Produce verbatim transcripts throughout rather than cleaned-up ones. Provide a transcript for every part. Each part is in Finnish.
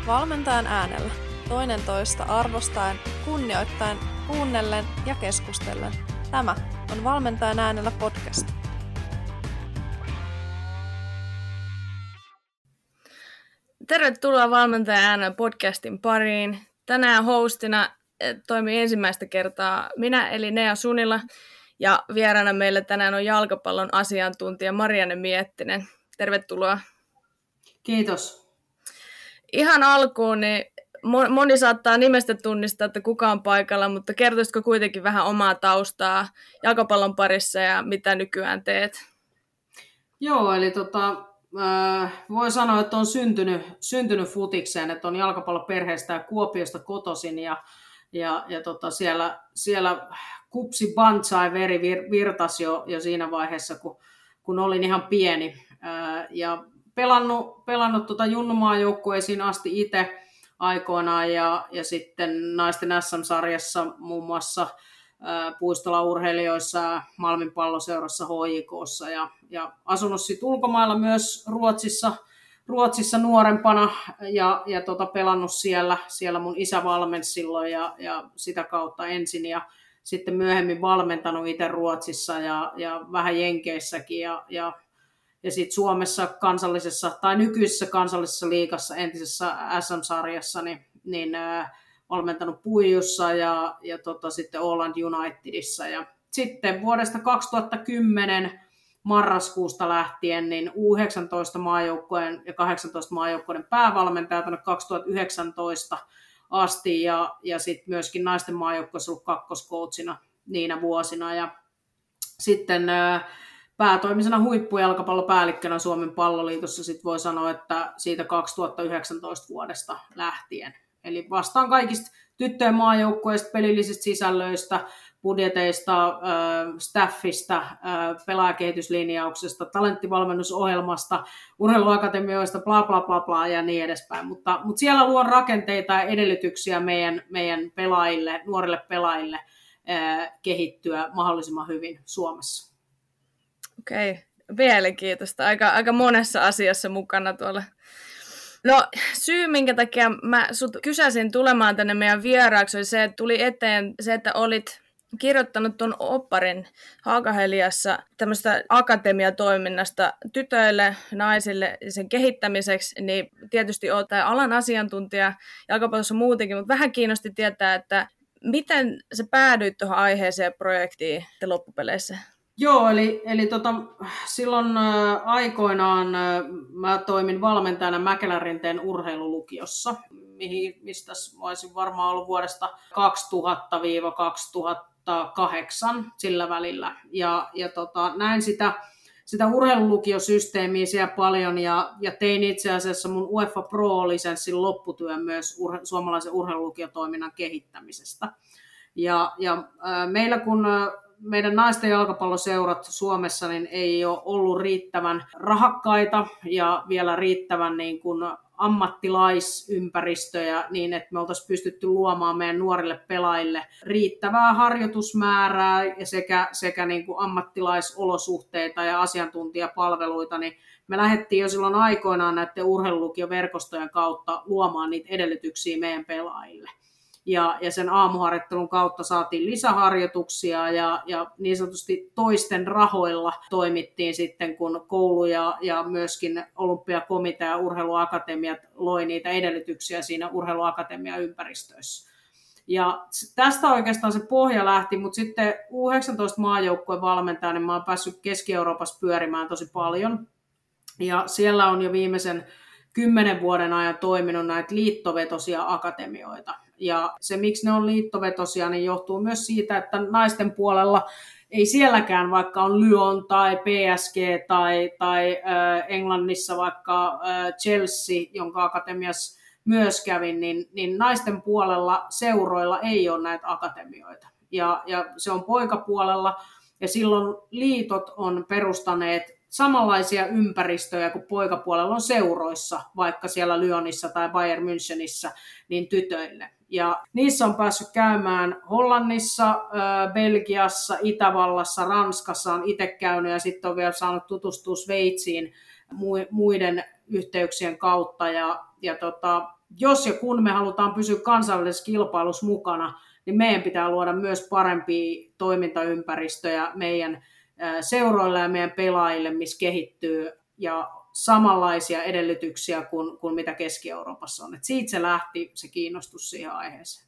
Valmentajan äänellä. Toinen toista arvostaen, kunnioittaen, kuunnellen ja keskustellen. Tämä on Valmentajan äänellä podcast. Tervetuloa Valmentajan äänellä podcastin pariin. Tänään hostina toimii ensimmäistä kertaa minä eli Nea Sunila ja vieraana meillä tänään on jalkapallon asiantuntija Marianne Miettinen. Tervetuloa. Kiitos. Ihan alkuun, niin moni saattaa nimestä tunnistaa, että kuka on paikalla, mutta kertoisitko kuitenkin vähän omaa taustaa jalkapallon parissa ja mitä nykyään teet? Joo, eli tota, äh, voi sanoa, että on syntynyt, syntynyt futikseen, että on jalkapalloperheestä ja Kuopiosta kotoisin ja, ja, ja tota, siellä, siellä kupsi banzai veri vir, virtasi jo, jo siinä vaiheessa, kun, kun olin ihan pieni äh, ja pelannut, pelannut tota junnumaajoukkueisiin asti itse aikoinaan ja, ja sitten naisten äs äm-sarjassa muun muassa ää, puistolaurheilijoissa, Malmin palloseurassa, H J K:ssa ja, ja asunut sitten ulkomailla myös Ruotsissa, Ruotsissa nuorempana ja, ja tota, pelannut siellä. Siellä mun isä valmensi silloin ja, ja sitä kautta ensin ja sitten myöhemmin valmentanut itse Ruotsissa ja, ja vähän Jenkeissäkin ja, ja Ja sitten Suomessa kansallisessa tai nykyisessä kansallisessa liigassa, entisessä äs äm-sarjassa, niin, niin äh, valmentanut Puijussa ja, ja tota, sitten Åland Unitedissa. Ja sitten vuodesta kaksituhattakymmenen marraskuusta lähtien niin U yhdeksäntoista maajoukkojen ja kahdeksantoista maajoukkojen päävalmentaja tuonne kaksituhattayhdeksäntoista asti ja, ja sitten myöskin naisten maajoukkoissa ollut kakkoskoutsina niinä vuosina. Ja sitten äh, päätoimisena huippujalkapallopäällikkönä Suomen Palloliitossa sit voi sanoa, että siitä kaksituhattayhdeksäntoista vuodesta lähtien. Eli vastaan kaikista tyttöjen maajoukkueista, pelillisistä sisällöistä, budjeteista, staffista, pelaajakehityslinjauksesta, talenttivalmennusohjelmasta, urheiluakatemioista, bla bla bla bla ja niin edespäin. Mutta, mutta siellä luon rakenteita ja edellytyksiä meidän, meidän pelaajille, nuorille pelaajille kehittyä mahdollisimman hyvin Suomessa. Okei, mielenkiintoista. Aika, aika monessa asiassa mukana tuolla. No, syy, minkä takia mä sut kysäsin tulemaan tänne meidän vieraaksi, oli se, että tuli eteen se, että olit kirjoittanut tuon opparin Haakaheliassa tämmöistä akatemiatoiminnasta tytöille, naisille sen kehittämiseksi, niin tietysti olet alan asiantuntija jalkapallossa muutenkin, mutta vähän kiinnosti tietää, että miten sä päädyit tuohon aiheeseen projektiin loppupeleissä? Joo, eli, eli tota, silloin ä, aikoinaan ä, mä toimin valmentajana Mäkelärinteen urheilulukiossa, mihin, mistä olisin varmaan ollut vuodesta kaksituhatta kaksituhattakahdeksan sillä välillä. Ja, ja tota, näin sitä, sitä urheilulukiosysteemiä siellä paljon ja, ja tein itse asiassa mun UEFA Pro-lisenssin lopputyön myös urhe, suomalaisen urheilulukiotoiminnan kehittämisestä. Ja, ja ä, meillä kun meidän naisten jalkapalloseurat Suomessa niin ei ole ollut riittävän rahakkaita ja vielä riittävän niin kuin ammattilaisympäristöjä niin, että me oltaisiin pystytty luomaan meidän nuorille pelaajille riittävää harjoitusmäärää ja sekä, sekä niin kuin ammattilaisolosuhteita ja asiantuntijapalveluita, niin me lähdettiin jo silloin aikoinaan näiden urheilulukioverkostojen kautta luomaan niitä edellytyksiä meidän pelaajille. Ja, ja sen aamuharjoittelun kautta saatiin lisäharjoituksia ja, ja niin sanotusti toisten rahoilla toimittiin sitten, kun koulu ja, ja myöskin olympiakomitea ja urheiluakatemiat loi niitä edellytyksiä siinä urheiluakatemiaympäristöissä. Ja tästä oikeastaan se pohja lähti, mutta sitten U yhdeksäntoista maajoukkueen valmentaja, niin mä oon päässyt Keski-Euroopassa pyörimään tosi paljon. Ja siellä on jo viimeisen kymmenen vuoden ajan toiminut näitä liittovetosia akatemioita. Ja se, miksi ne on liittovetosia, niin johtuu myös siitä, että naisten puolella ei sielläkään, vaikka on Lyon tai P S G tai, tai äh, Englannissa vaikka äh, Chelsea, jonka akatemiassa myös kävin, niin, niin naisten puolella seuroilla ei ole näitä akatemioita. Ja, ja se on poikapuolella, ja silloin liitot on perustaneet samanlaisia ympäristöjä kuin poikapuolella on seuroissa, vaikka siellä Lyonissa tai Bayern Münchenissä, niin tytöille. Ja niissä on päässyt käymään Hollannissa, Belgiassa, Itävallassa, Ranskassa on itse käynyt ja sitten on vielä saanut tutustua Sveitsiin muiden yhteyksien kautta. Ja, ja tota, jos ja kun me halutaan pysyä kansainvälisessä kilpailussa mukana, niin meidän pitää luoda myös parempia toimintaympäristöjä meidän seuroille ja meidän pelaajille, missä kehittyy, ja samanlaisia edellytyksiä kuin, kuin mitä Keski-Euroopassa on. Et siitä se lähti, se kiinnostus siihen aiheeseen.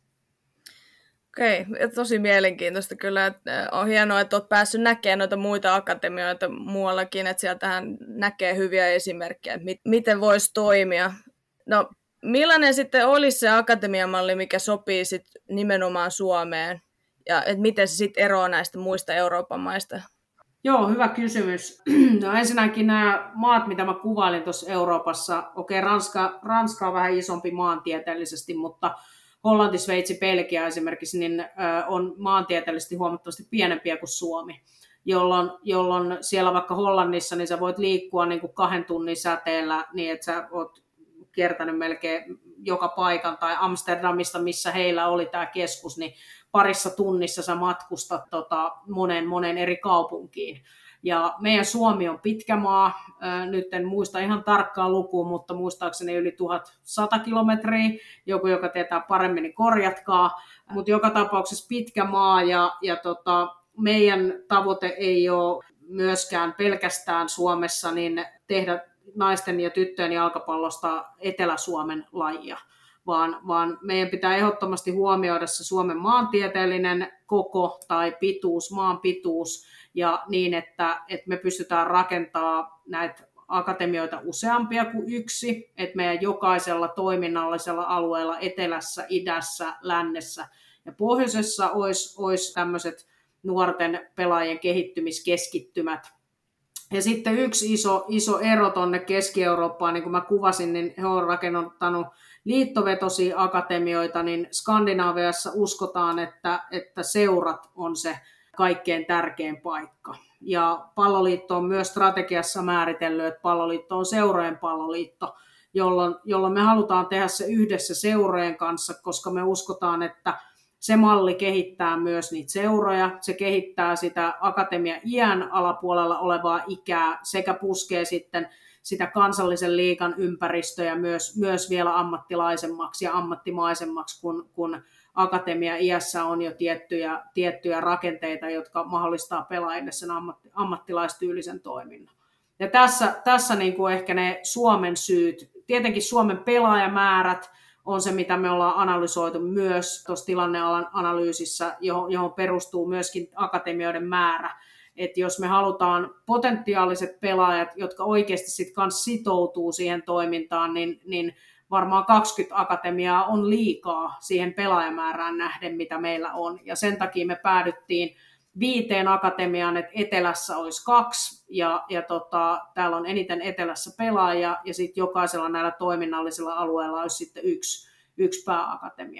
Okei, tosi mielenkiintoista kyllä. Että on hienoa, että olet päässyt näkemään noita muita akatemioita muuallakin, että sieltähän näkee hyviä esimerkkejä, että miten voisi toimia. No, millainen sitten olisi se akatemiamalli, mikä sopii sit nimenomaan Suomeen, ja että miten se sitten eroaa näistä muista Euroopan maista? Joo, hyvä kysymys. No ensinnäkin nämä maat, mitä mä kuvailin tuossa Euroopassa, okei, Ranska, Ranska on vähän isompi maantieteellisesti, mutta Hollanti, Sveitsi, Belgia esimerkiksi niin, ö, on maantieteellisesti huomattavasti pienempiä kuin Suomi, jolloin, jolloin siellä vaikka Hollannissa niin sä voit liikkua niin kuin kahden tunnin säteellä niin, että sä oot kiertänyt melkein joka paikan, tai Amsterdamista, missä heillä oli tämä keskus, niin parissa tunnissa sä matkustat tota, monen, monen eri kaupunkiin. Ja meidän Suomi on pitkä maa, nyt en muista ihan tarkkaa lukua, mutta muistaakseni yli tuhatsata kilometriä, joku joka tietää paremmin, niin korjatkaa, mutta joka tapauksessa pitkä maa, ja, ja tota, meidän tavoite ei ole myöskään pelkästään Suomessa niin tehdä naisten ja tyttöjen jalkapallosta Etelä-Suomen lajia, vaan, vaan meidän pitää ehdottomasti huomioida se Suomen maantieteellinen koko tai pituus, maan pituus, ja niin, että, että me pystytään rakentamaan näitä akatemioita useampia kuin yksi, että meidän jokaisella toiminnallisella alueella etelässä, idässä, lännessä ja pohjoisessa olisi, olisi tämmöiset nuorten pelaajien kehittymiskeskittymät. Ja sitten yksi iso, iso ero tuonne Keski-Eurooppaan, niin kuin mä kuvasin, niin he on rakennuttanut liittovetoisia akatemioita, niin Skandinaaviassa uskotaan, että, että seurat on se kaikkein tärkein paikka. Ja Palloliitto on myös strategiassa määritellyt, että Palloliitto on seurojen palloliitto, jolloin, jolloin me halutaan tehdä se yhdessä seurojen kanssa, koska me uskotaan, että se malli kehittää myös niitä seuroja, se kehittää sitä akatemia-iän alapuolella olevaa ikää sekä puskee sitten sitä kansallisen liigan ympäristöä myös, myös vielä ammattilaisemmaksi ja ammattimaisemmaksi, kun, kun akatemia-iässä on jo tiettyjä, tiettyjä rakenteita, jotka mahdollistaa pelaajille sen ammatti, ammattilaistyylisen toiminnan. Ja tässä, tässä niin kuin ehkä ne Suomen syyt, tietenkin Suomen pelaajamäärät on se, mitä me ollaan analysoitu myös tuossa tilannealan analyysissä, johon, johon perustuu myöskin akatemioiden määrä. Että jos me halutaan potentiaaliset pelaajat, jotka oikeasti sitten kanssa sitoutuu siihen toimintaan, niin, niin varmaan kaksikymmentä akatemiaa on liikaa siihen pelaajamäärään nähden, mitä meillä on. Ja sen takia me päädyttiin viiteen akatemiaan, että etelässä olisi kaksi, ja, ja tota, täällä on eniten etelässä pelaajia, ja sitten jokaisella näillä toiminnallisilla alueilla olisi sitten yksi, yksi pääakatemia.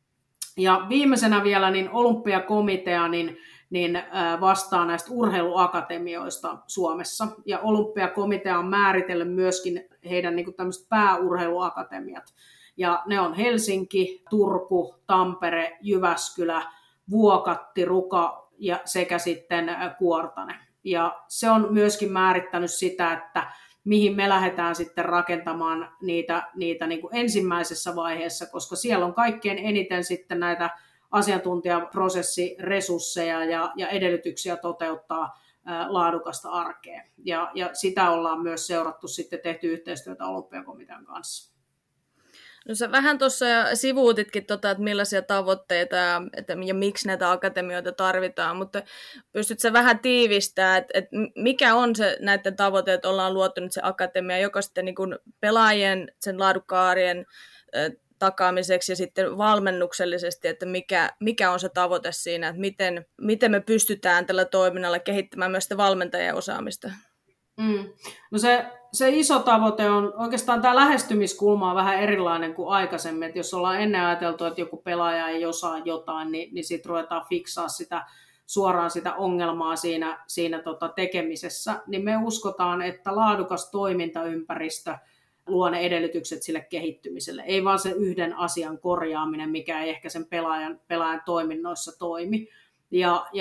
Ja viimeisenä vielä niin Olympiakomitea niin, niin vastaa näistä urheiluakatemioista Suomessa, ja Olympiakomitea on määritellyt myöskin heidän niin kuin tämmöiset pääurheiluakatemiat, ja ne on Helsinki, Turku, Tampere, Jyväskylä, Vuokatti, Ruka, ja sekä sitten Kuortane. Ja se on myöskin määrittänyt sitä, että mihin me lähdetään sitten rakentamaan niitä, niitä niin kuin ensimmäisessä vaiheessa, koska siellä on kaikkein eniten sitten näitä asiantuntijaprosessiresursseja ja, ja edellytyksiä toteuttaa ää, laadukasta arkea. Ja, ja sitä ollaan myös seurattu sitten tehty yhteistyötä Olympiakomitean kanssa. No sä vähän tuossa sivuutitkin, tota, että millaisia tavoitteita ja, että, ja miksi näitä akatemioita tarvitaan, mutta pystytkö sä vähän tiivistämään, että, että mikä on se näiden tavoite, että ollaan luotu nyt se akatemia, joka sitten niin kuin pelaajien, sen laadukkaarien äh, takaamiseksi ja sitten valmennuksellisesti, että mikä, mikä on se tavoite siinä, että miten, miten me pystytään tällä toiminnalla kehittämään myös sitä valmentajien osaamista? Mm. No se, se iso tavoite on, oikeastaan tämä lähestymiskulma on vähän erilainen kuin aikaisemmin, että jos ollaan ennen ajateltu, että joku pelaaja ei osaa jotain, niin, niin sitten ruvetaan fiksaa sitä, suoraan sitä ongelmaa siinä, siinä tota tekemisessä, niin me uskotaan, että laadukas toimintaympäristö luo ne edellytykset sille kehittymiselle, ei vaan se yhden asian korjaaminen, mikä ei ehkä sen pelaajan, pelaajan toiminnoissa toimi. Ja, ja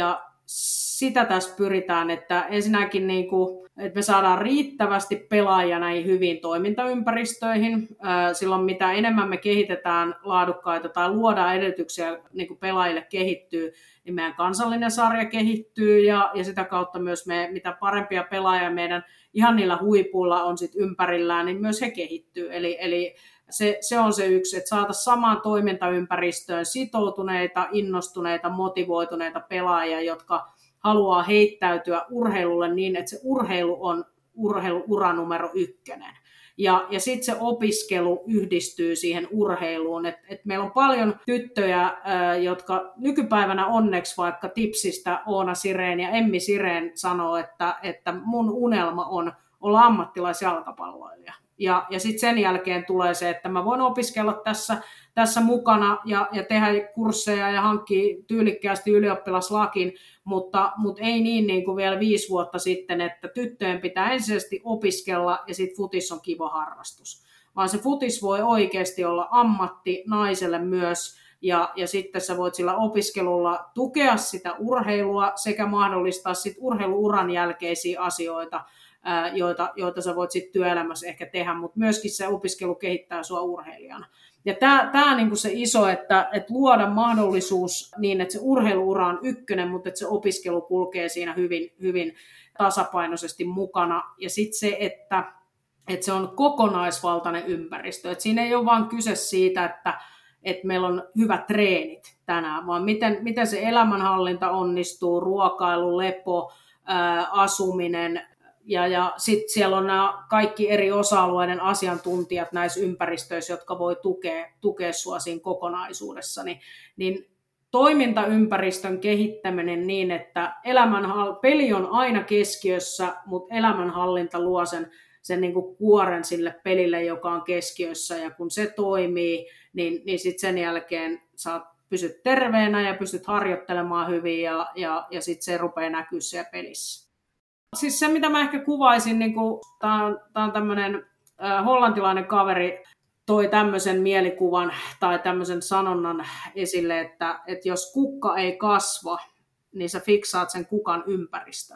sitä tässä pyritään, että ensinnäkin niin kuin, että me saadaan riittävästi pelaajia näihin hyviin toimintaympäristöihin. Silloin mitä enemmän me kehitetään laadukkaita tai luodaan edellytyksiä niin kuin pelaajille kehittyy, niin meidän kansallinen sarja kehittyy ja, ja sitä kautta myös me, mitä parempia pelaajia meidän ihan niillä huipuilla on sit ympärillään, niin myös he kehittyy. Eli, eli se, se on se yksi, että saataisiin samaan toimintaympäristöön sitoutuneita, innostuneita, motivoituneita pelaajia, jotka haluaa heittäytyä urheilulle niin, että se urheilu on urheiluura numero ykkönen. Ja, ja sitten se opiskelu yhdistyy siihen urheiluun. Et, et meillä on paljon tyttöjä, ää, jotka nykypäivänä onneksi vaikka Tipsistä Oona Sireen ja Emmi Sireen sanoo, että, että mun unelma on olla ammattilaisjalkapalloilija. Ja, ja sitten sen jälkeen tulee se, että mä voin opiskella tässä, tässä mukana ja, ja tehdä kursseja ja hankkia tyylikkäästi ylioppilaslakin, mutta, mutta ei niin, niin kuin vielä viisi vuotta sitten, että tyttöjen pitää ensisijaisesti opiskella ja sitten futis on kiva harrastus. Vaan se futis voi oikeasti olla ammatti naiselle myös, ja, ja sitten sä voit sillä opiskelulla tukea sitä urheilua sekä mahdollistaa sit urheiluuran jälkeisiä asioita, Joita, joita sä voit sitten työelämässä ehkä tehdä, mutta myöskin se opiskelu kehittää sua urheilijana. Ja tämä on niinku se iso, että et luoda mahdollisuus niin, että se urheiluura on ykkönen, mutta että se opiskelu kulkee siinä hyvin, hyvin tasapainoisesti mukana. Ja sitten se, että et se on kokonaisvaltainen ympäristö. Et siinä ei ole vain kyse siitä, että et meillä on hyvät treenit tänään, vaan miten, miten se elämänhallinta onnistuu, ruokailu, lepo, ää, asuminen. Ja, ja sitten siellä on nämä kaikki eri osa-alueiden asiantuntijat näissä ympäristöissä, jotka voi tukea, tukea sua siinä kokonaisuudessa. Niin, niin toimintaympäristön kehittäminen niin, että elämänhall- peli on aina keskiössä, mutta elämänhallinta luo sen, sen niin kuin kuoren sille pelille, joka on keskiössä. Ja kun se toimii, niin, niin sitten sen jälkeen saat pysyt terveenä ja pystyt harjoittelemaan hyvin ja, ja, ja sitten se rupeaa näkyä siellä pelissä. Siis se, mitä mä ehkä kuvaisin, niin tämä on, on tämmöinen äh, hollantilainen kaveri toi tämmöisen mielikuvan tai tämmöisen sanonnan esille, että, että jos kukka ei kasva, niin sä fiksaat sen kukan ympäristön.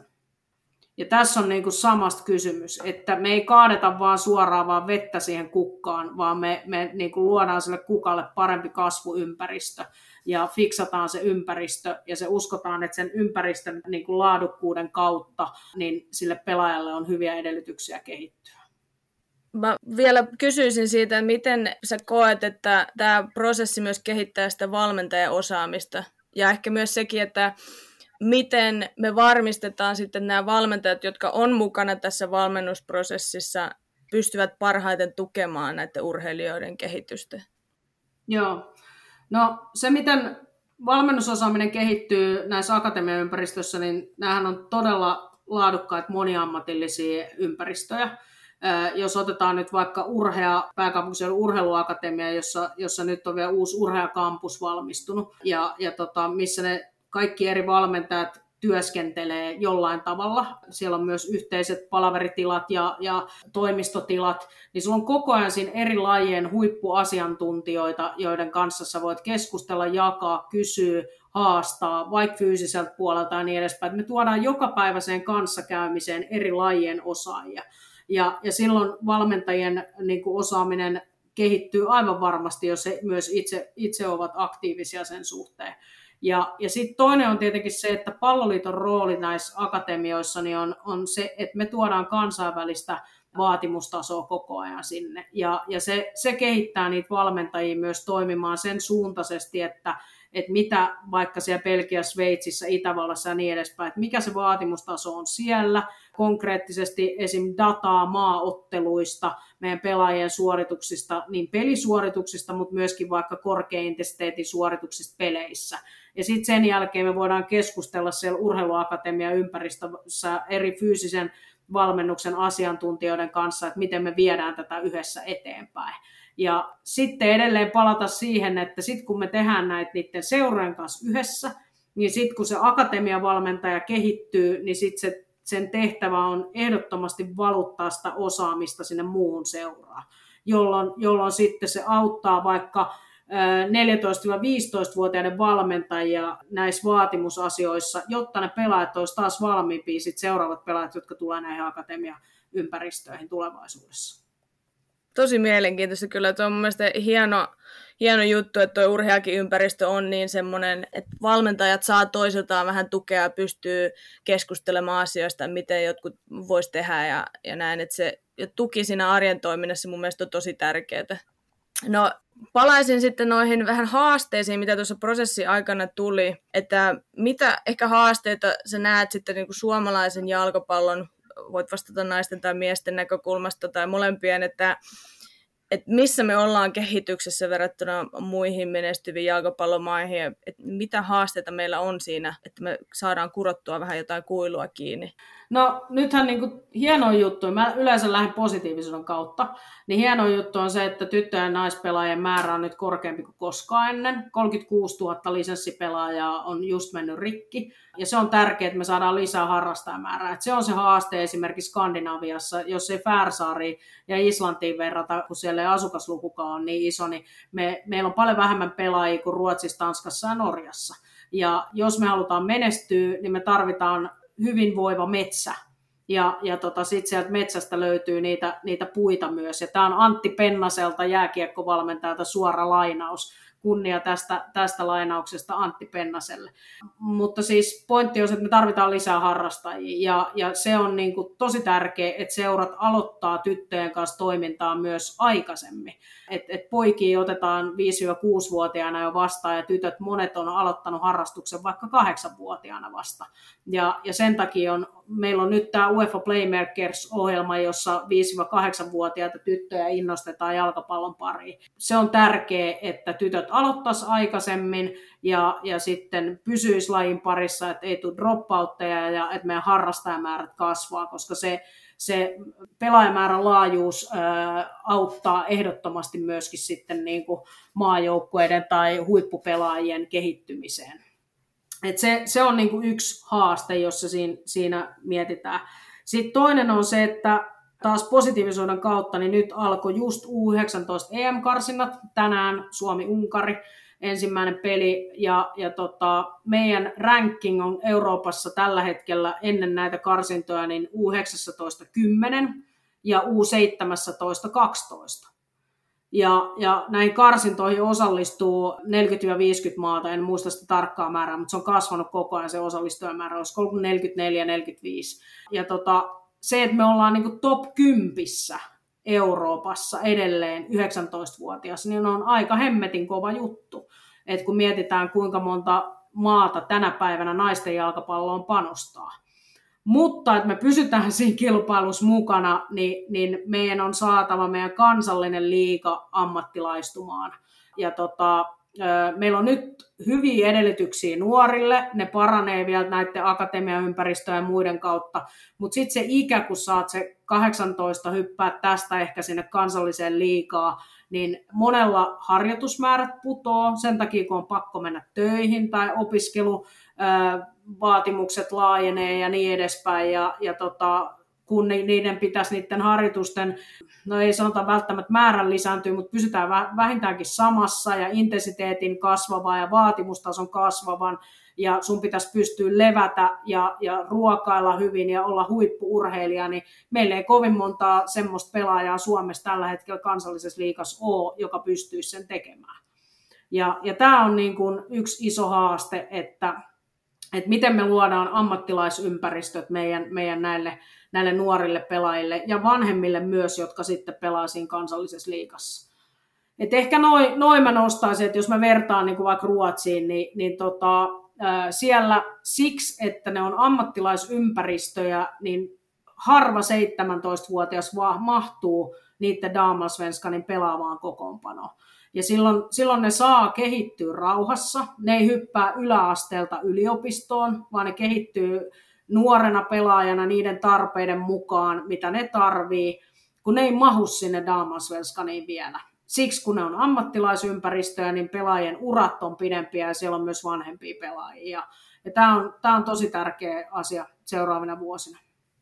Ja tässä on niin kuin samasta kysymys, että me ei kaadeta vaan suoraan vaan vettä siihen kukkaan, vaan me, me niin kuin luodaan sille kukalle parempi kasvuympäristö ja fiksataan se ympäristö ja se uskotaan, että sen ympäristön niin kuin laadukkuuden kautta niin sille pelaajalle on hyviä edellytyksiä kehittyä. Mä vielä kysyisin siitä, että miten sä koet, että tämä prosessi myös kehittää sitä valmentajan osaamista ja ehkä myös sekin, että miten me varmistetaan sitten nämä valmentajat, jotka on mukana tässä valmennusprosessissa, pystyvät parhaiten tukemaan näiden urheilijoiden kehitystä? Joo. No se, miten valmennusosaaminen kehittyy näissä akatemiaympäristöissä, niin nämähän on todella laadukkaita moniammatillisia ympäristöjä. Jos otetaan nyt vaikka Urhea, pääkaupunkiseudun urheiluakatemia, jossa, jossa nyt on vielä uusi Urhea-kampus valmistunut, ja, ja tota, missä ne kaikki eri valmentajat työskentelee jollain tavalla. Siellä on myös yhteiset palaveritilat ja, ja toimistotilat. Niin sulla on koko ajan siinä eri lajien huippuasiantuntijoita, joiden kanssa sä voit keskustella, jakaa, kysyä, haastaa, vaikka fyysiseltä puolelta ja niin edespäin. Me tuodaan jokapäiväiseen kanssakäymiseen eri lajien osaajia. Ja, ja silloin valmentajien niin kuin osaaminen kehittyy aivan varmasti, jos he myös itse, itse ovat aktiivisia sen suhteen. Ja, ja sitten toinen on tietenkin se, että Palloliiton rooli näissä akatemioissa niin on, on se, että me tuodaan kansainvälistä vaatimustasoa koko ajan sinne. Ja, ja se, se kehittää niitä valmentajia myös toimimaan sen suuntaisesti, että, että mitä vaikka siellä Belgiassa, Sveitsissä, Itävallassa ja niin edespäin, että mikä se vaatimustaso on siellä, konkreettisesti esim. Dataa maaotteluista, meidän pelaajien suorituksista, niin pelisuorituksista, mutta myöskin vaikka korkeaintensiteetin suorituksista peleissä. Ja sitten sen jälkeen me voidaan keskustella siellä urheiluakatemian ympäristössä eri fyysisen valmennuksen asiantuntijoiden kanssa, että miten me viedään tätä yhdessä eteenpäin. Ja sitten edelleen palata siihen, että sitten kun me tehdään näitä niiden seurojen kanssa yhdessä, niin sitten kun se akatemiavalmentaja kehittyy, niin sitten se, sen tehtävä on ehdottomasti valuttaa sitä osaamista sinne muuhun seuraan, jolloin, jolloin sitten se auttaa vaikka neljätoista-viisitoistavuotiaiden valmentajia näissä vaatimusasioissa, jotta ne pelaajat olisivat taas valmiimpia sit seuraavat pelaajat, jotka tulee näihin akatemiaympäristöihin tulevaisuudessa. Tosi mielenkiintoista kyllä. Tuo on mun mielestä hieno, hieno juttu, että tuo Urheakin ympäristö on niin semmoinen, että valmentajat saa toisiltaan vähän tukea ja pystyy keskustelemaan asioista, miten jotkut vois tehdä ja, ja näin. Että se ja tuki siinä arjen toiminnassa mun mielestä on tosi tärkeää. No, palaisin sitten noihin vähän haasteisiin, mitä tuossa prosessin aikana tuli, että mitä ehkä haasteita sä näet sitten niin kuin suomalaisen jalkapallon, voit vastata naisten tai miesten näkökulmasta tai molempien, että, että missä me ollaan kehityksessä verrattuna muihin menestyviin jalkapallomaihin, että mitä haasteita meillä on siinä, että me saadaan kurottua vähän jotain kuilua kiinni. No nythän niin kuin hieno juttu, mä yleensä lähden positiivisuuden kautta, niin hieno juttu on se, että tyttö- ja naispelaajien määrä on nyt korkeampi kuin koskaan ennen. kolmekymmentäkuusituhatta lisenssipelaajaa on just mennyt rikki, ja se on tärkeää, että me saadaan lisää harrastajamäärää. Et se on se haaste esimerkiksi Skandinaviassa, jos ei Färsaariin ja Islantiin verrata, kun siellä ei asukaslukukaan ole niin iso, niin me, meillä on paljon vähemmän pelaajia kuin Ruotsissa, Tanskassa ja Norjassa. Ja jos me halutaan menestyä, niin me tarvitaan hyvinvoiva metsä. Ja, ja tota, sitten sieltä metsästä löytyy niitä, niitä puita myös. Ja tämä on Antti Pennaselta, jääkiekkovalmentajalta, suora lainaus. Kunnia tästä, tästä lainauksesta Antti Pennaselle. Mutta siis pointti on, että me tarvitaan lisää harrastajia. Ja, ja se on niin kuin tosi tärkeää, että seurat aloittaa tyttöjen kanssa toimintaa myös aikaisemmin. Että et poikia otetaan viisi-kuusi-vuotiaana jo vastaan ja tytöt monet on aloittanut harrastuksen vaikka kahdeksanvuotiaana vasta. Ja, ja sen takia on, meillä on nyt tämä UEFA Playmakers-ohjelma, jossa viisi-kahdeksanvuotiaita tyttöjä innostetaan jalkapallon pariin. Se on tärkeää, että tytöt aloittaisi aikaisemmin ja, ja sitten pysyisi lajin parissa, että ei tule dropoutteja ja että meidän harrastajamäärät kasvaa, koska se Se pelaajamäärän laajuus ää, auttaa ehdottomasti myöskin sitten niin kuin maajoukkueiden tai huippupelaajien kehittymiseen. Et se, se on niin kuin yksi haaste, jossa siinä, siinä mietitään. Sitten toinen on se, että taas positiivisuuden kautta, niin nyt alkoi just U yhdeksäntoista E M-karsinnat, tänään Suomi-Unkari. Ensimmäinen peli ja, ja tota, meidän ranking on Euroopassa tällä hetkellä ennen näitä karsintoja niin U yhdeksäntoista kymmenen ja U seitsemäntoista kaksitoista. Ja, ja näihin karsintoihin osallistuu neljäkymmentä viisikymmentä maata, en muista sitä tarkkaa määrää, mutta se on kasvanut koko ajan se osallistujamäärä, olisi neljäkymmentäneljä neljäkymmentäviisi. Ja tota, se, että me ollaan niin kuin top kympissä Euroopassa edelleen yhdeksäntoistavuotias, niin on aika hemmetin kova juttu. Et kun mietitään, kuinka monta maata tänä päivänä naisten jalkapalloon panostaa. Mutta että me pysytään siinä kilpailussa mukana, niin, niin meidän on saatava meidän kansallinen liiga ammattilaistumaan. Ja tota, meillä on nyt hyviä edellytyksiä nuorille, ne paranee vielä näiden akatemiaympäristöjen ja muiden kautta, mutta sitten se ikä, kun saat se kahdeksantoista hyppää tästä ehkä sinne kansalliseen liigaan, niin monella harjoitusmäärät putoo sen takia, kun on pakko mennä töihin tai opiskeluvaatimukset laajenee ja niin edespäin, ja, ja tota, kun niiden pitäisi niiden harjoitusten, no ei sanota välttämättä määrän lisääntyä, mutta pysytään vähintäänkin samassa ja intensiteetin kasvavan ja vaatimustason kasvavan ja sun pitäisi pystyä levätä ja, ja ruokailla hyvin ja olla huippu-urheilija, niin meillä ei kovin montaa semmoista pelaajaa Suomessa tällä hetkellä kansallisessa liigassa ole, joka pystyisi sen tekemään. Ja, ja tämä on niin kuin yksi iso haaste, että, että miten me luodaan ammattilaisympäristöt meidän, meidän näille näille nuorille pelaajille ja vanhemmille myös, jotka sitten pelaa siinä kansallisessa liigassa. Et ehkä noin noi mä nostaisin, että jos mä vertaan niin kuin vaikka Ruotsiin, niin, niin tota, ää, siellä siksi, että ne on ammattilaisympäristöjä, niin harva seitsemäntoistavuotias va- mahtuu niiden damallsvenskanin pelaavaan kokoonpanoon. Ja silloin, silloin ne saa kehittyä rauhassa, ne ei hyppää yläasteelta yliopistoon, vaan ne kehittyy nuorena pelaajana niiden tarpeiden mukaan, mitä ne tarvii, kun ne ei mahu sinne damallsvenskaniin vielä. Siksi kun ne on ammattilaisympäristöjä, niin pelaajien urat on pidempiä ja siellä on myös vanhempia pelaajia. Ja tämä on, tämä on tosi tärkeä asia seuraavina vuosina.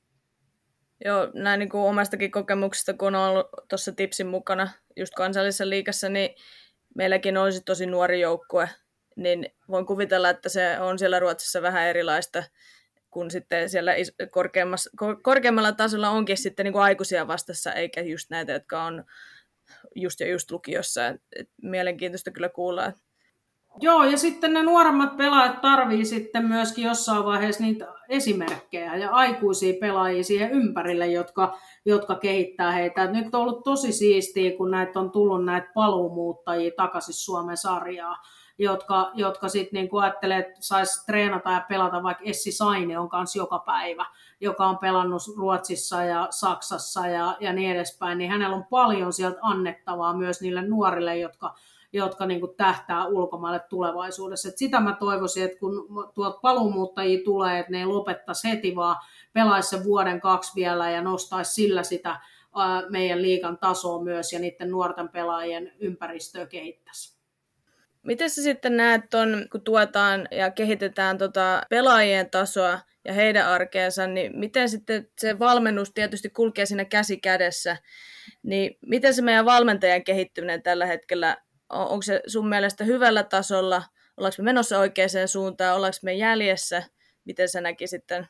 Joo, näin niin kuin omastakin kokemuksesta, kun on ollut tuossa Tipsin mukana just kansallisessa liigassa, niin meilläkin olisi tosi nuori joukkue, niin voin kuvitella, että se on siellä Ruotsissa vähän erilaista, kun sitten siellä korkeammalla tasolla onkin sitten niin kuin aikuisia vastassa, eikä just näitä, jotka on just ja just lukiossa. Et, et mielenkiintoista kyllä kuulla. Joo, ja sitten ne nuoremmat pelaajat tarvii sitten myöskin jossain vaiheessa niitä esimerkkejä ja aikuisia pelaajia siihen ympärille, jotka, jotka kehittää heitä. Et nyt on ollut tosi siistiä, kun näitä on tullut näitä paluumuuttajia takaisin Suomen sarjaa, jotka, jotka sitten niinku ajattelee, että saisi treenata ja pelata, vaikka Essi Saine on kanssa joka päivä, joka on pelannut Ruotsissa ja Saksassa ja, ja niin edespäin, niin hänellä on paljon sieltä annettavaa myös niille nuorille, jotka jotka niin kuin tähtää ulkomaille tulevaisuudessa. Et sitä mä toivoisin, että kun tuolta paluumuuttajia tulee, että ne ei lopettaisi heti, vaan pelaisi sen vuoden kaksi vielä ja nostaisi sillä sitä ää, meidän liigan tasoa myös ja niiden nuorten pelaajien ympäristöä kehittäisi. Miten sä sitten näet ton, kun tuetaan ja kehitetään tota pelaajien tasoa ja heidän arkeensa, niin miten sitten se valmennus tietysti kulkee siinä käsi kädessä, niin miten se meidän valmentajan kehittyminen tällä hetkellä, onko se sun mielestä hyvällä tasolla, ollaanko me menossa oikeaan suuntaan, ollaanko me jäljessä, miten sä näkisit sitten?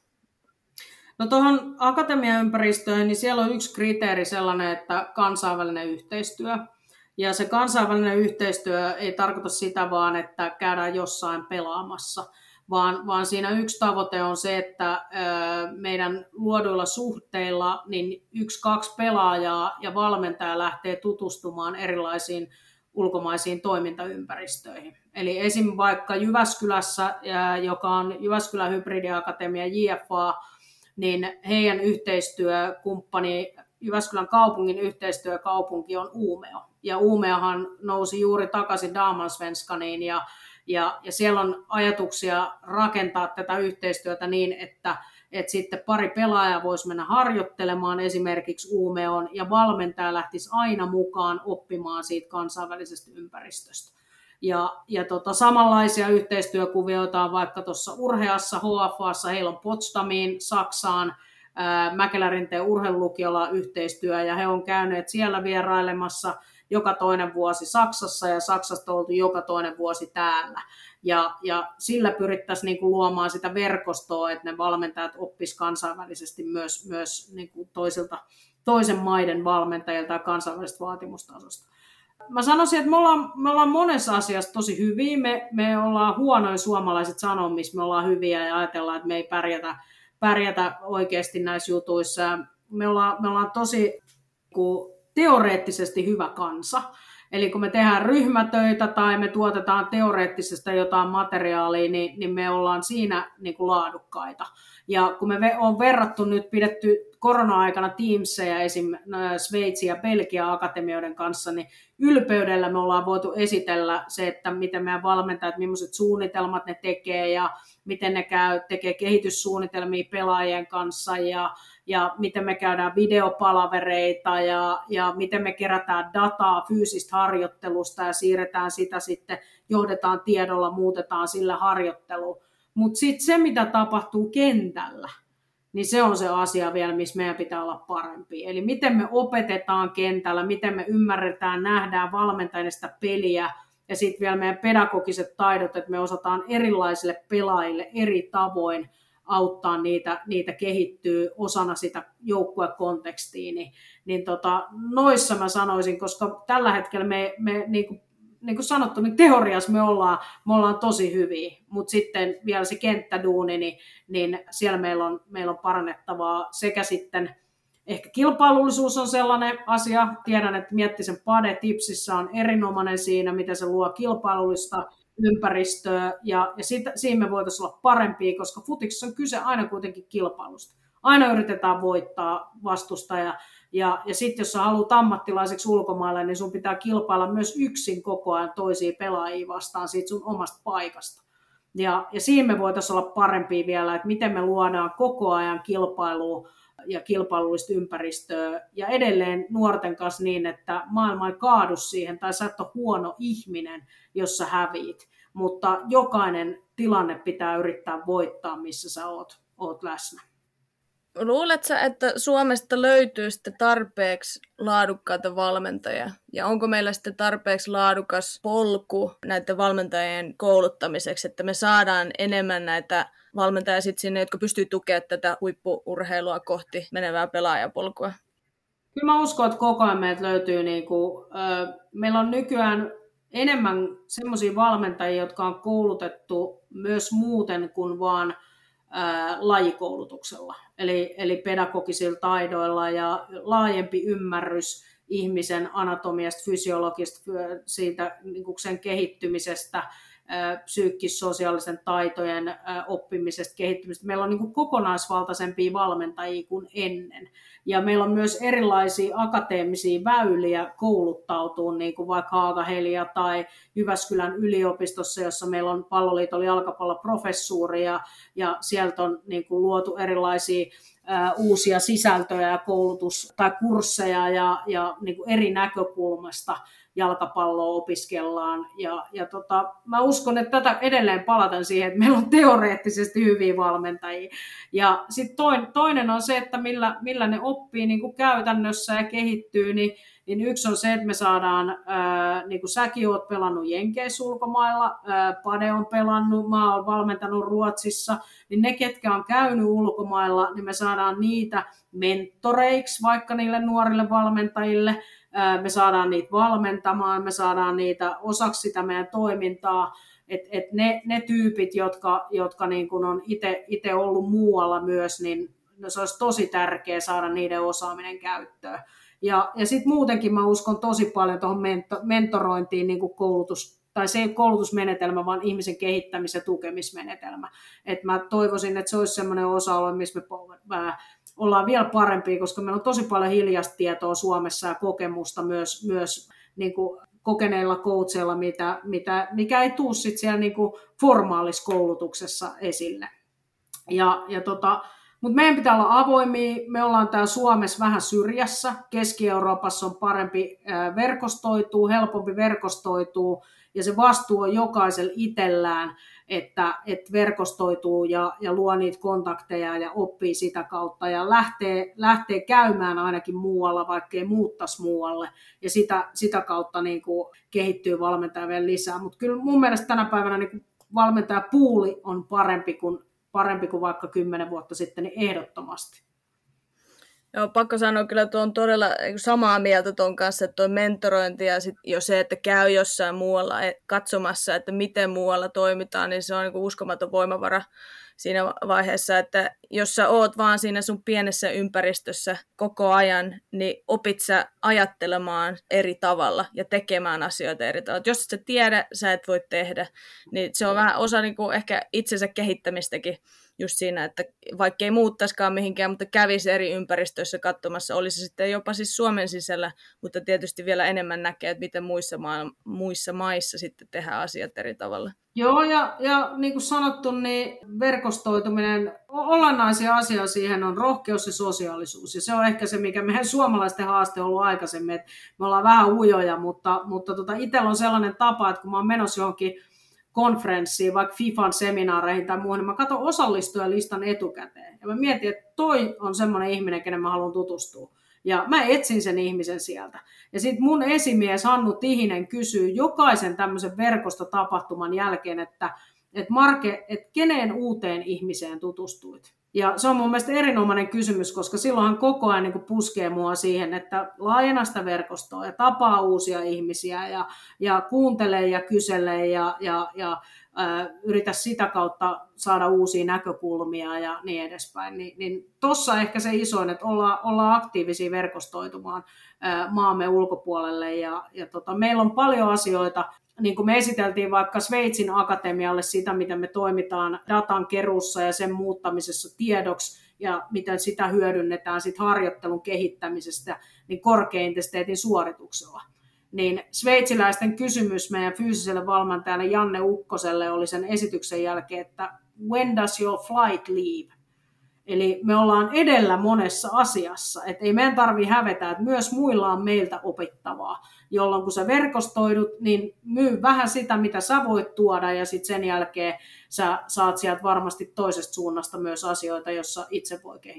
No tuohon akatemiaympäristöön, niin siellä on yksi kriteeri sellainen, että kansainvälinen yhteistyö. Ja se kansainvälinen yhteistyö ei tarkoita sitä vaan, että käydään jossain pelaamassa, vaan, vaan siinä yksi tavoite on se, että meidän luoduilla suhteilla niin yksi, kaksi pelaajaa ja valmentaja lähtee tutustumaan erilaisiin ulkomaisiin toimintaympäristöihin. Eli esim. Vaikka Jyväskylässä, joka on Jyväskylän hybridiakatemia J F A, niin heidän yhteistyökumppani, Jyväskylän kaupungin yhteistyökaupunki on Umeå. Ja Umeåhan nousi juuri takaisin Damallsvenskaniin ja, ja, ja siellä on ajatuksia rakentaa tätä yhteistyötä niin, että, että sitten pari pelaajaa voisi mennä harjoittelemaan esimerkiksi Umeåon ja valmentaja lähtisi aina mukaan oppimaan siitä kansainvälisestä ympäristöstä. Ja, ja tota, samanlaisia yhteistyökuvioita on vaikka tuossa Urheassa, H F A:ssa, heillä on Potsdamiin, Saksaan, ää, Mäkelärinteen urheilulukiolla yhteistyö, ja he on käyneet siellä vierailemassa joka toinen vuosi Saksassa, ja Saksasta on oltu joka toinen vuosi täällä. Ja, ja sillä pyrittäisiin niin kuin luomaan sitä verkostoa, että ne valmentajat oppisivat kansainvälisesti myös, myös niin kuin toisilta, toisen maiden valmentajilta ja kansainvälisestä vaatimustasosta. Mä sanoisin, että me ollaan, me ollaan monessa asiassa tosi hyviä. Me, me ollaan huonoin suomalaiset sanoo, missä me ollaan hyviä ja ajatellaan, että me ei pärjätä, pärjätä oikeasti näissä jutuissa. Me ollaan, me ollaan tosi niin teoreettisesti hyvä kansa. Eli kun me tehdään ryhmätöitä tai me tuotetaan teoreettisesta jotain materiaalia, niin, niin me ollaan siinä niin kuin laadukkaita. Ja kun me on verrattu nyt, pidetty korona-aikana Teamsia esim. Sveitsin ja Belgian akatemioiden kanssa, niin ylpeydellä me ollaan voitu esitellä se, että miten meidän valmentajat, millaiset suunnitelmat ne tekee ja miten ne käy, tekee kehityssuunnitelmia pelaajien kanssa ja, ja miten me käydään videopalavereita ja, ja miten me kerätään dataa fyysistä harjoittelusta ja siirretään sitä sitten, johdetaan tiedolla, muutetaan sillä harjoitteluun. Mutta sitten se, mitä tapahtuu kentällä, niin se on se asia vielä, missä meidän pitää olla parempi. Eli miten me opetetaan kentällä, miten me ymmärretään, nähdään valmentajien sitä peliä ja sitten vielä meidän pedagogiset taidot, että me osataan erilaisille pelaajille eri tavoin auttaa niitä, niitä kehittyy osana sitä joukkuekontekstia. Niin, niin tota, noissa mä sanoisin, koska tällä hetkellä me, me niin kuin niin kuin sanottu, niin teoriassa me ollaan, me ollaan tosi hyviä, mutta sitten vielä se kenttäduuni, niin, niin siellä meillä on, meillä on parannettavaa sekä sitten ehkä kilpailullisuus on sellainen asia. Tiedän, että Miettisen Pade Tipsissä on erinomainen siinä, miten se luo kilpailullista ympäristöä ja, ja siitä, siinä me voitaisiin olla parempia, koska futiksessa on kyse aina kuitenkin kilpailusta. Aina yritetään voittaa vastustaja. Ja, ja sitten jos sä haluat ammattilaiseksi ulkomaille, niin sun pitää kilpailla myös yksin koko ajan toisia pelaajia vastaan siitä sun omasta paikasta. Ja, ja siinä me voitaisiin olla parempia vielä, että miten me luodaan koko ajan kilpailua ja kilpailullista ympäristöä. Ja edelleen nuorten kanssa niin, että maailma ei kaadu siihen, tai sä et ole huono ihminen, jos sä häviit. Mutta jokainen tilanne pitää yrittää voittaa, missä sä oot, oot läsnä. Luuletko sä, että Suomesta löytyy sitten tarpeeksi laadukkaita valmentajia? Ja onko meillä sitten tarpeeksi laadukas polku näiden valmentajien kouluttamiseksi, että me saadaan enemmän näitä valmentajia sitten sinne, jotka pystyy tukemaan tätä huippu-urheilua kohti menevää pelaajapolkua? Kyllä mä uskon, että koko ajan meiltä löytyy, niin kuin, äh, meillä on nykyään enemmän semmoisia valmentajia, jotka on koulutettu myös muuten kuin vaan ää, lajikoulutuksella. Eli, eli pedagogisilla taidoilla ja laajempi ymmärrys ihmisen anatomiasta, fysiologista, siitä niin kuin sen kehittymisestä, psyykkis-sosiaalisen taitojen oppimisesta, kehittymisestä. Meillä on niin kuin kokonaisvaltaisempia valmentajia kuin ennen. Ja meillä on myös erilaisia akateemisia väyliä kouluttautua, niin kuin vaikka Haaga-Helia tai Jyväskylän yliopistossa, jossa meillä on palloliiton jalkapalloprofessuuri, ja, ja sieltä on niin kuin luotu erilaisia ää, uusia sisältöjä ja koulutus- tai kursseja ja, ja niin kuin eri näkökulmasta jalkapalloa opiskellaan. Ja, ja tota, mä uskon, että tätä edelleen palataan siihen, että meillä on teoreettisesti hyviä valmentajia. Ja sitten toin, toinen on se, että millä, millä ne oppii niin kuin käytännössä ja kehittyy, niin, niin yksi on se, että me saadaan, ää, niin kuin säkin oot pelannut Jenkeissä ulkomailla, ää, Pade on pelannut, mä oon valmentanut Ruotsissa, niin ne, ketkä on käynyt ulkomailla, niin me saadaan niitä mentoreiksi vaikka niille nuorille valmentajille. Me saadaan niitä valmentamaan, me saadaan niitä osaksi sitä meidän toimintaa, että et ne, ne tyypit, jotka, jotka niin kun on itse ollut muualla myös, niin se olisi tosi tärkeää saada niiden osaaminen käyttöön. Ja, ja sitten muutenkin mä uskon tosi paljon tuohon mento, mentorointiin, niin kuin koulutus, tai se ei ole koulutusmenetelmä, vaan ihmisen kehittämis- ja tukemismenetelmä. Et mä toivoisin, että se olisi sellainen osa-alue, missä me ollaan vielä parempia, koska meillä on tosi paljon hiljaista tietoa Suomessa ja kokemusta myös, myös niin kuin kokeneilla coacheilla, mitä, mitä, mikä ei tule sit siellä niin kuin formaalissa koulutuksessa esille. Ja, ja tota, mutta meidän pitää olla avoimia. Me ollaan täällä Suomessa vähän syrjässä. Keski-Euroopassa on parempi verkostoituu, helpompi verkostoituu, ja se vastuu on jokaisella itsellään, että, että verkostoituu ja, ja luo niitä kontakteja ja oppii sitä kautta ja lähtee, lähtee käymään ainakin muualla, vaikka ei muuttaisi muualle, ja sitä, sitä kautta niin kuin kehittyy valmentaja vielä lisää. Mutta kyllä mun mielestä tänä päivänä niin kuin valmentajapuuli on parempi kuin, parempi kuin vaikka kymmenen vuotta sitten, niin ehdottomasti. Joo, pakko sanoa kyllä, että on todella samaa mieltä tuon kanssa, että tuo mentorointi ja sit jo se, että käy jossain muualla katsomassa, että miten muualla toimitaan, niin se on niin uskomaton voimavara siinä vaiheessa, että jos sä oot vaan siinä sun pienessä ympäristössä koko ajan, niin opit sä ajattelemaan eri tavalla ja tekemään asioita eri tavalla. Jos et sä tiedä, sä et voi tehdä, niin se on vähän osa niin kuin ehkä itsensä kehittämistäkin just siinä, että vaikka ei muuttaisikaan mihinkään, mutta kävisi eri ympäristöissä katsomassa, olisi sitten jopa siis Suomen sisällä, mutta tietysti vielä enemmän näkee, että miten muissa, maa, muissa maissa sitten tehdään asiat eri tavalla. Joo, ja, ja niin kuin sanottu, niin verkostoituminen, olennaisia asia siihen on rohkeus ja sosiaalisuus. Ja se on ehkä se, mikä meidän suomalaisten haaste on ollut aikaisemmin, että me ollaan vähän ujoja, mutta, mutta tota, itsellä on sellainen tapa, että kun mä oon menossa johonkin konferenssiin, vaikka FIFAn seminaareihin tai muuhun, niin mä katson osallistujalistan etukäteen. Ja mä mietin, että toi on semmoinen ihminen, kenen mä haluan tutustua. Ja mä etsin sen ihmisen sieltä. Ja sitten mun esimies Hannu Tihinen kysyy jokaisen tämmöisen verkostotapahtuman jälkeen, että, että Marke, että keneen uuteen ihmiseen tutustuit? Ja se on mun mielestä erinomainen kysymys, koska silloinhan koko ajan niin kuin puskee mua siihen, että laajenna sitä verkostoa ja tapaa uusia ihmisiä ja, ja kuuntelee ja kyselee ja, ja, ja äh, yritä sitä kautta saada uusia näkökulmia ja niin edespäin. Ni, niin tuossa ehkä se isoin, että ollaan, ollaan aktiivisia verkostoitumaan äh, maamme ulkopuolelle ja, ja tota, meillä on paljon asioita. Niin kuin me esiteltiin vaikka Sveitsin akatemialle sitä, miten me toimitaan datan keruussa ja sen muuttamisessa tiedoksi ja miten sitä hyödynnetään sit harjoittelun kehittämisestä niin korkeintesteetin suorituksella. Niin sveitsiläisten kysymys meidän fyysiselle valmentajalle Janne Ukkoselle oli sen esityksen jälkeen, että when does your flight leave? Eli me ollaan edellä monessa asiassa, että ei meidän tarvitse hävetä, että myös muilla on meiltä opittavaa, jolloin kun sä verkostoidut, niin myy vähän sitä, mitä sä voit tuoda, ja sitten sen jälkeen sä saat sieltä varmasti toisesta suunnasta myös asioita, jossa itse voi kehittyä.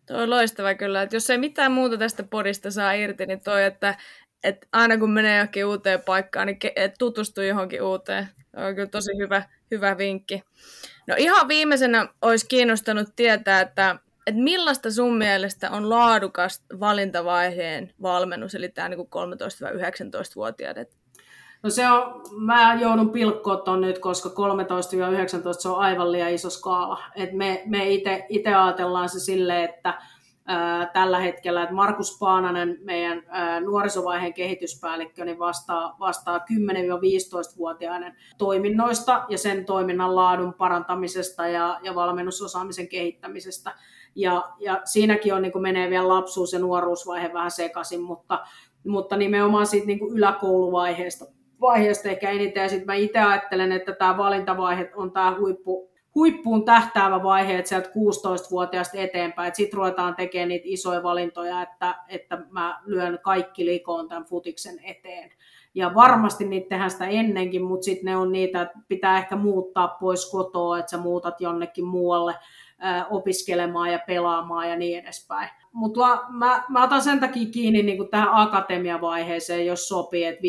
Tuo on loistava kyllä, että jos ei mitään muuta tästä podista saa irti, niin toi, että, että aina kun menee johonkin uuteen paikkaan, niin tutustuu johonkin uuteen. On kyllä tosi hyvä, hyvä vinkki. No ihan viimeisenä olisi kiinnostanut tietää, että, että millaista sun mielestä on laadukas valintavaiheen valmennus, eli tämä niin kolmetoista-yhdeksäntoista-vuotiaat? No se on, mä joudun pilkkoa ton nyt, koska kolmetoista yhdeksäntoista se on aivan liian iso skaala. Et me me itse ajatellaan se silleen, että ää, tällä hetkellä, että Markus Paananen, meidän ää, nuorisovaiheen kehityspäällikkö, niin vastaa, vastaa kymmenen-viisitoista-vuotiaiden toiminnoista ja sen toiminnan laadun parantamisesta ja, ja valmennusosaamisen kehittämisestä. Ja, ja siinäkin on, niin kuin menee vielä lapsuus- ja nuoruusvaihe vähän sekaisin, mutta, mutta nimenomaan siitä niin kuin yläkouluvaiheesta vaiheesta ehkä eniten. Ja sitten mä itse ajattelen, että tämä valintavaihe on tämä huippu, huippuun tähtäävä vaihe, että sieltä kuusitoistavuotiaasta eteenpäin, että sitten ruvetaan tekemään niitä isoja valintoja, että, että mä lyön kaikki likoon tämän futiksen eteen. Ja varmasti niitä tehdään sitä ennenkin, mutta sitten ne on niitä, että pitää ehkä muuttaa pois kotoa, että sä muutat jonnekin muualle ää, opiskelemaan ja pelaamaan ja niin edespäin. Mutta mä, mä otan sen takia kiinni niin kuin tähän akatemiavaiheeseen, jos sopii, että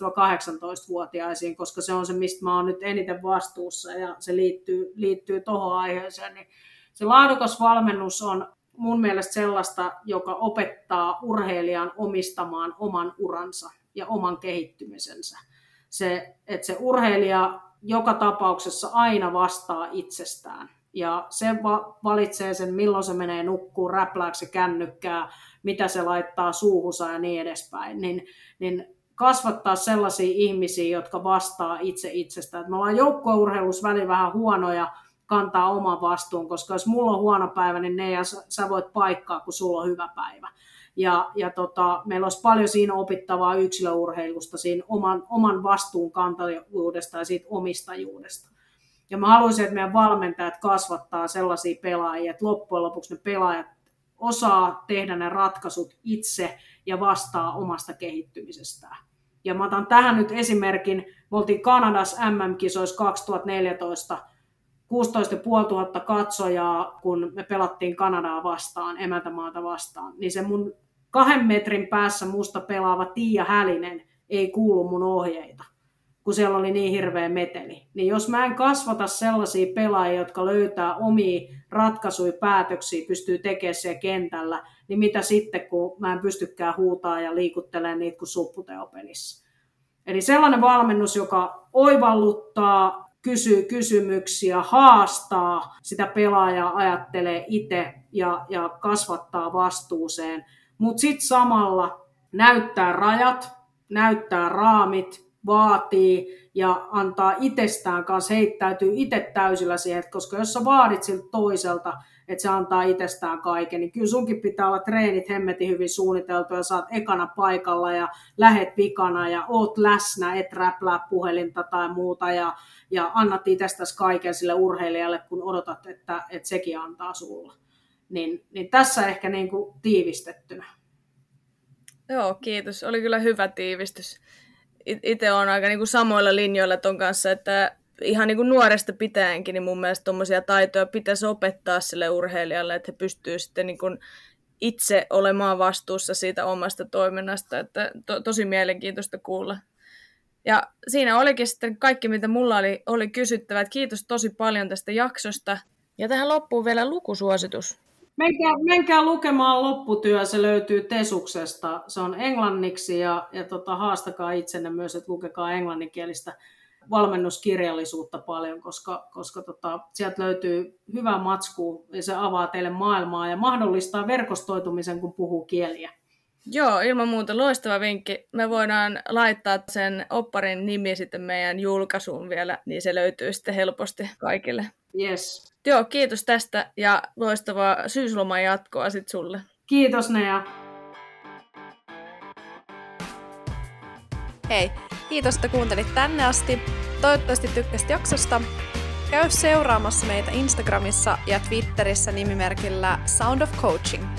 viisitoista-kahdeksantoista-vuotiaisiin, koska se on se, mistä mä oon nyt eniten vastuussa ja se liittyy, liittyy tuohon aiheeseen. Niin se laadukas valmennus on mun mielestä sellaista, joka opettaa urheilijan omistamaan oman uransa ja oman kehittymisensä. Se, että se urheilija joka tapauksessa aina vastaa itsestään. Ja se va- valitsee sen, milloin se menee nukkuun, räplääkö se kännykkää, mitä se laittaa suuhunsa ja niin edespäin. Niin, niin kasvattaa sellaisia ihmisiä, jotka vastaa itse itsestään. Et me ollaan joukkueurheilussa välillä vähän huonoja kantaa oman vastuun, koska jos mulla on huono päivä, niin ne ja sä voit paikkaa, kun sulla on hyvä päivä. Ja, ja tota, meillä olisi paljon siinä opittavaa yksilöurheilusta, siinä oman, oman vastuun kantajuudesta ja siitä omistajuudesta. Ja mä haluaisin, että meidän valmentajat kasvattaa sellaisia pelaajia, että loppujen lopuksi ne pelaajat osaa tehdä ne ratkaisut itse ja vastaa omasta kehittymisestään. Ja mä otan tähän nyt esimerkin, me oltiin Kanadassa M M-kisoissa kaksituhattaneljätoista, kuusitoista tuhatta katsojaa, kun me pelattiin Kanadaa vastaan, emäntämaata vastaan, niin se mun kahden metrin päässä musta pelaava Tiia Hälinen ei kuulu mun ohjeita, kun siellä oli niin hirveä meteli. Niin jos mä en kasvata sellaisia pelaajia, jotka löytää omia ratkaisuja, päätöksiä, pystyy tekemään siellä kentällä, niin mitä sitten, kun mä en pystykään huutaa ja liikuttelemaan niitä kuin supputeopelissä. Eli sellainen valmennus, joka oivalluttaa, kysyy kysymyksiä, haastaa sitä pelaajaa, ajattelee itse ja, ja kasvattaa vastuuseen, mutta sitten samalla näyttää rajat, näyttää raamit, vaatii ja antaa itsestään kanssa, heittäytyy itse täysillä siihen, että koska jos sä vaadit siltä toiselta, että se antaa itsestään kaiken, niin kyllä sunkin pitää olla treenit hemmetin hyvin suunniteltu ja sä oot ekana paikalla ja lähet vikana ja oot läsnä, et räplää puhelinta tai muuta ja, ja annat itsestäsi kaiken sille urheilijalle, kun odotat, että, että sekin antaa sulla. Niin, niin tässä ehkä niin kuin tiivistettynä. Joo, kiitos. Oli kyllä hyvä tiivistys. Itse olen aika niin kuin samoilla linjoilla ton kanssa, että ihan niin kuin nuoresta pitäenkin, niin mun mielestä tuommoisia taitoja pitäisi opettaa sille urheilijalle, että he pystyy sitten niin kuin itse olemaan vastuussa siitä omasta toiminnasta, että to, tosi mielenkiintoista kuulla. Ja siinä olikin sitten kaikki, mitä mulla oli, oli kysyttävä. Kiitos tosi paljon tästä jaksosta. Ja tähän loppuun vielä lukusuositus. Menkää, menkää lukemaan lopputyö, se löytyy Tesuksesta. Se on englanniksi ja, ja tota, haastakaa itsenne myös, että lukekaa englanninkielistä valmennuskirjallisuutta paljon, koska, koska tota, sieltä löytyy hyvä matsku ja se avaa teille maailmaa ja mahdollistaa verkostoitumisen, kun puhuu kieliä. Joo, ilman muuta loistava vinkki. Me voidaan laittaa sen opparin nimi sitten meidän julkaisuun vielä, niin se löytyy sitten helposti kaikille. Yes. Joo, kiitos tästä ja loistavaa syysloman jatkoa sitten sulle. Kiitos Nea. Hei, kiitos, että kuuntelit tänne asti. Toivottavasti tykkäsit jaksosta. Käy seuraamassa meitä Instagramissa ja Twitterissä nimimerkillä Sound of Coaching.